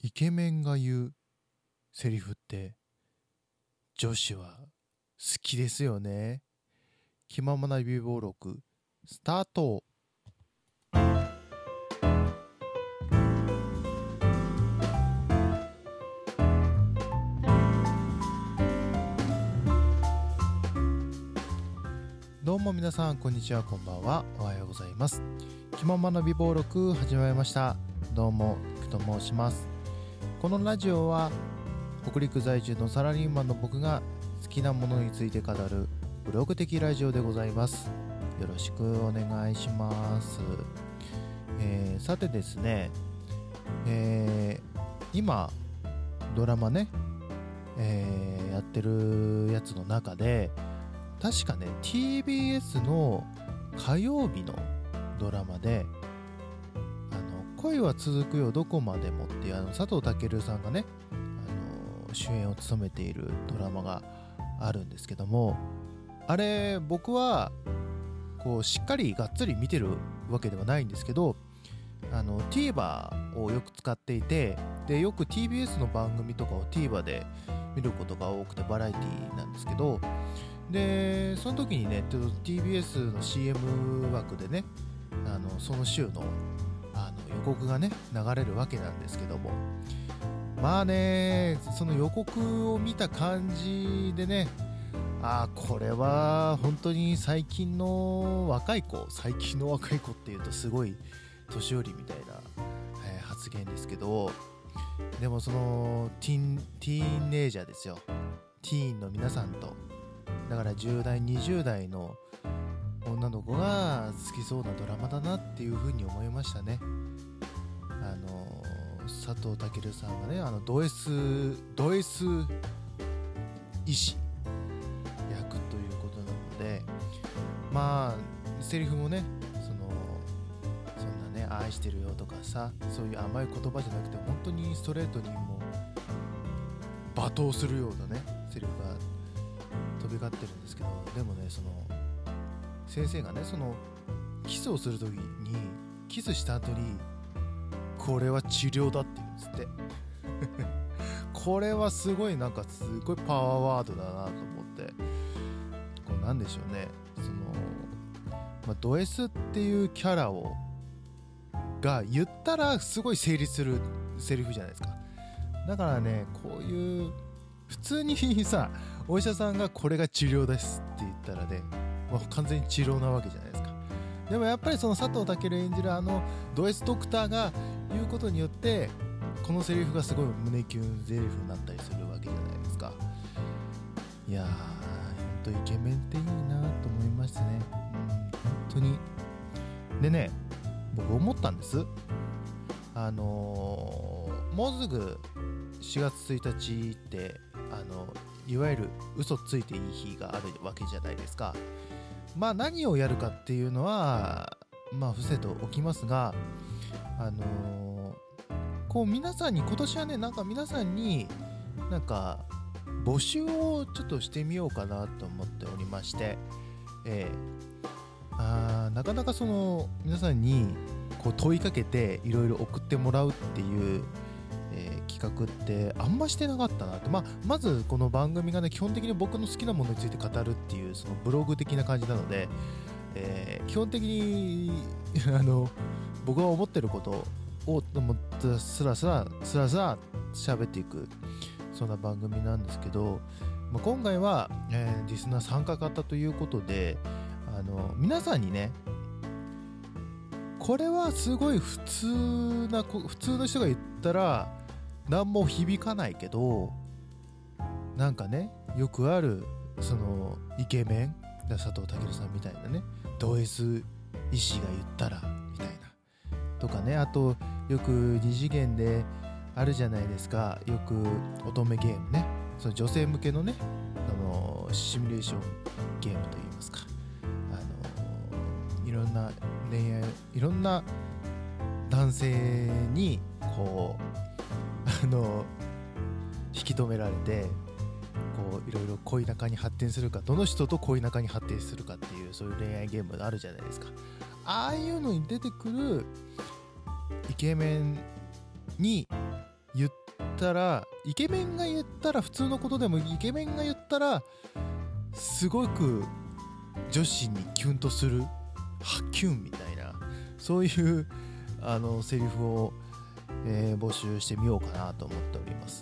イケメンが言うセリフって女子は好きですよね。気ままな美貌録スタート。どうも皆さんこんにちは、こんばんは、おはようございます。気ままな美貌録始まりました。どうもいくと申します。このラジオは北陸在住のサラリーマンの僕が好きなものについて語るブログ的ラジオでございます。よろしくお願いします。さてですね、今ドラマね、やってるやつの中で確かね TBS の火曜日のドラマで恋は続くよどこまでもっていう佐藤健さんがね主演を務めているドラマがあるんですけども、あれ僕はこうしっかりがっつり見てるわけではないんですけど、TVer をよく使っていて、でよく TBS の番組とかを TVer で見ることが多くて、バラエティなんですけど、でその時にねちょっと TBS の CM 枠でねその週の予告がね流れるわけなんですけども、まあねその予告を見た感じでね、これは本当に最近の若い子っていうとすごい年寄りみたいな、発言ですけど、でもそのティーンネイジャーですよ。ティーンの皆さんと、だから10代20代の女の子が好きそうなドラマだなっていう風に思いましたね。佐藤健さんがねド S 医師役ということなので、まあセリフもねそんなね愛してるよとかさ、そういう甘い言葉じゃなくて本当にストレートにもう罵倒するようなねセリフが飛び交ってるんですけど、でもねその先生がねそのキスをするときにキスした後にこれは治療だって言うんですってこれはすごいなんかすごいパワーワードだなと思って、こうなんでしょうね、ド S っていうキャラが言ったらすごい成立するセリフじゃないですか。だからねこういう普通にさお医者さんがこれが治療ですって言ったらね、完全に治療なわけじゃないですか。でもやっぱりその佐藤健演じるド S ドクターが言うことによってこのセリフがすごい胸キュンセリフになったりするわけじゃないですか。いやーほんとイケメンっていいなと思いましたね。本当に。でね僕思ったんです。もうすぐ4月1日っていわゆる嘘ついていい日があるわけじゃないですか。まあ何をやるかっていうのは伏せておきますが、こう皆さんに今年はねなんか皆さんになんか募集をちょっとしてみようかなと思っておりまして、なかなかその皆さんにこう問いかけていろいろ送ってもらうっていう、企画ってあんましてなかったなと。まずこの番組がね基本的に僕の好きなものについて語るっていうそのブログ的な感じなので、基本的に僕が思ってることをスラスラ喋っていくそんな番組なんですけど、今回は、リスナー参加型ということで皆さんにねこれはすごい普通の人が言ったら何も響かないけど、なんかねよくあるそのイケメン佐藤健さんみたいなねド S 医師が言ったらみたいなとかね、あとよく二次元であるじゃないですか、よく乙女ゲームね、その女性向けのねシミュレーションゲームといいますか、いろんな恋愛いろんな男性にこう引き止められてこういろいろ恋仲に発展するか、どの人と恋仲に発展するかっていうそういう恋愛ゲームがあるじゃないですか。ああいうのに出てくるイケメンに言ったら、イケメンが言ったら普通のことでも、イケメンが言ったらすごく女子にキュンとする、キュンみたいな、そういうセリフを、募集してみようかなと思っております。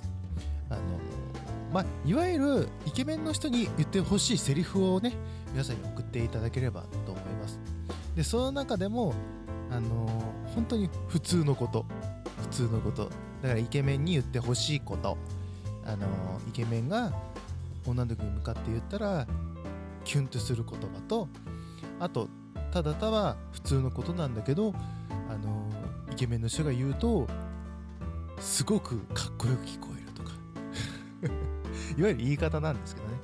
いわゆるイケメンの人に言ってほしいセリフをね、皆さんに送っていただければと思います。でその中でも本当に普通のことだからイケメンに言ってほしいこと、イケメンが女の子に向かって言ったらキュンとする言葉と、あとただただ普通のことなんだけどイケメンの人が言うとすごくかっこよく聞こえるとかいわゆる言い方なんですけど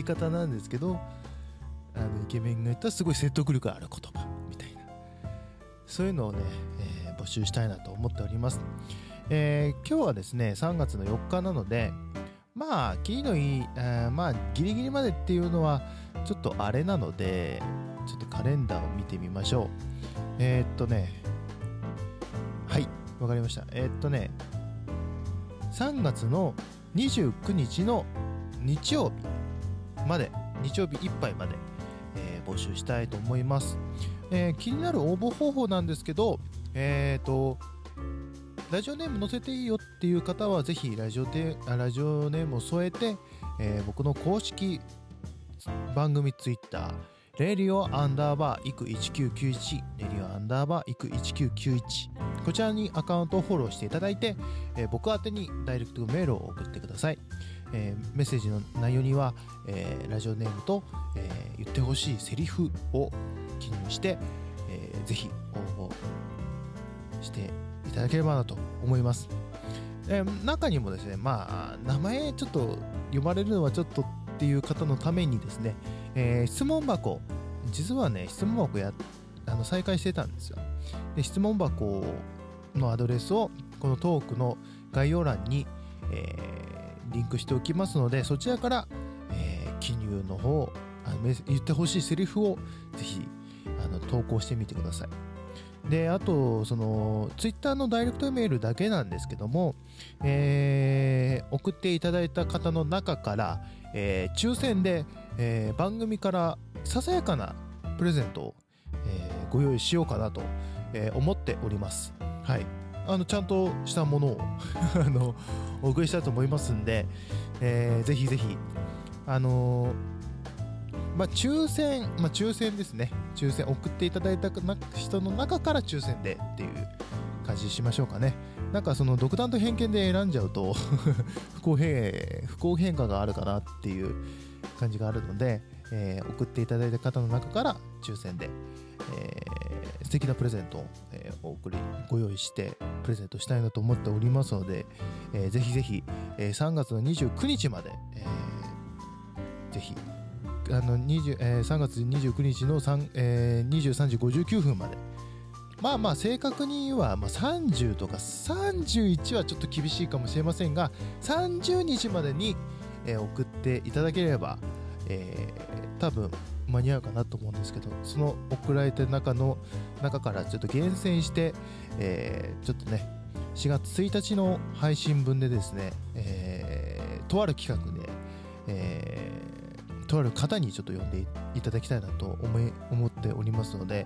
イケメンが言ったらすごい説得力ある言葉みたいな、そういうのをね、募集したいなと思っております。今日はですね3月の4日なので、キリのいい、ギリギリまでっていうのはちょっとあれなので、ちょっとカレンダーを見てみましょう。はい、わかりました。3月の29日の日曜日いっぱいまで、募集したいと思います。気になる応募方法なんですけど、ラジオネーム載せていいよっていう方はぜひラジオネームを添えて、僕の公式番組ツイッターレディオ_イク1991レディオ_イク1991こちらにアカウントをフォローしていただいて、僕宛てにダイレクトメールを送ってください。メッセージの内容には、ラジオネームと、言ってほしいセリフを記入して、ぜひ応募していただければなと思います。中にもですね、名前ちょっと読まれるのはちょっとっていう方のためにですね、質問箱、実はね質問箱再開してたんですよ。で質問箱のアドレスをこのトークの概要欄に、リンクしておきますので、そちらから、記入の方、言ってほしいセリフをぜひ投稿してみてください。であとそのツイッターのダイレクトメールだけなんですけども、送っていただいた方の中から、抽選で、番組からささやかなプレゼントを、ご用意しようかなと、思っております。はい、ちゃんとしたものをお送りしたいと思いますんで、ぜひぜひ抽選ですね。抽選送っていただいた人の中から抽選でっていう感じにしましょうかね。なんかその独断と偏見で選んじゃうと不公平感があるかなっていう感じがあるので、送っていただいた方の中から抽選で、素敵なプレゼントをご用意してプレゼントしたいなと思っておりますので、ぜひぜひ、3月の29日まで、ぜひ3月29日の23時59分まで、正確には30とか31はちょっと厳しいかもしれませんが、30日までに、送っていただければ、多分間に合うかなと思うんですけど、その送られた中からちょっと厳選して、ちょっとね4月1日の配信分でですね、とある企画で、とある方にちょっと呼んでいただきたいなと思っておりますので、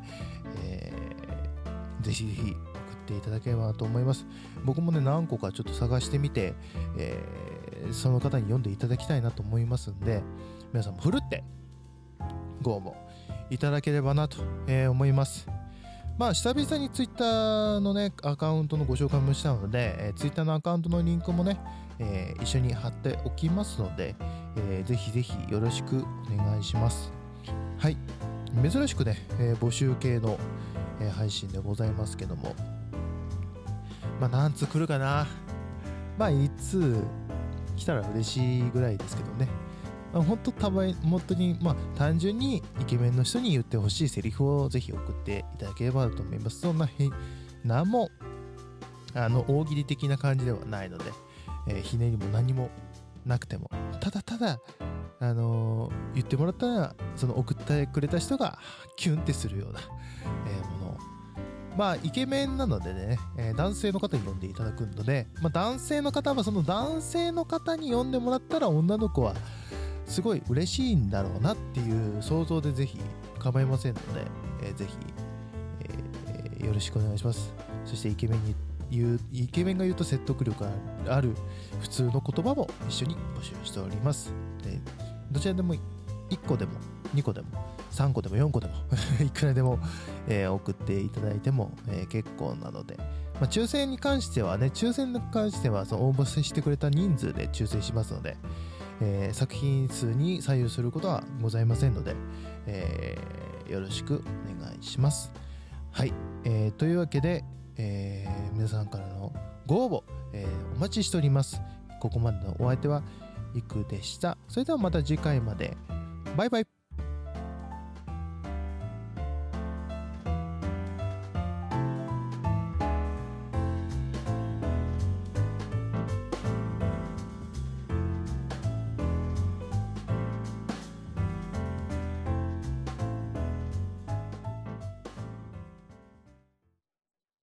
ぜひぜひ送っていただければなと思います。僕もね何個かちょっと探してみて、その方に読んでいただきたいなと思いますんで、皆さんもふるってご応募いただければなと、思います。久々にツイッターのねアカウントのご紹介もしたので、ツイッターのアカウントのリンクもね、一緒に貼っておきますので、ぜひぜひよろしくお願いします。はい、珍しくね、募集系の、配信でございますけども、何通来るかな。1通来たら嬉しいぐらいですけどね。本当に単純にイケメンの人に言ってほしいセリフをぜひ送っていただければと思います。そんな何も大喜利的な感じではないので、ひねりも何もなくても、ただ言ってもらったらその送ってくれた人がキュンってするような、ものをイケメンなのでね、男性の方に呼んでいただくので、男性の方はその男性の方に呼んでもらったら女の子はすごい嬉しいんだろうなっていう想像でぜひ構いませんので、ぜひ、よろしくお願いします。そしてイケメンが言うと説得力がある普通の言葉も一緒に募集しております。どちらでも1個でも2個でも3個でも4個でもいくらでも、送っていただいても、結構なので、抽選に関してはその応募してくれた人数で抽選しますので、作品数に左右することはございませんので、よろしくお願いします。はい、というわけで、皆さんからのご応募、お待ちしております。ここまでのお相手はいくでした。それではまた次回まで。バイバイ。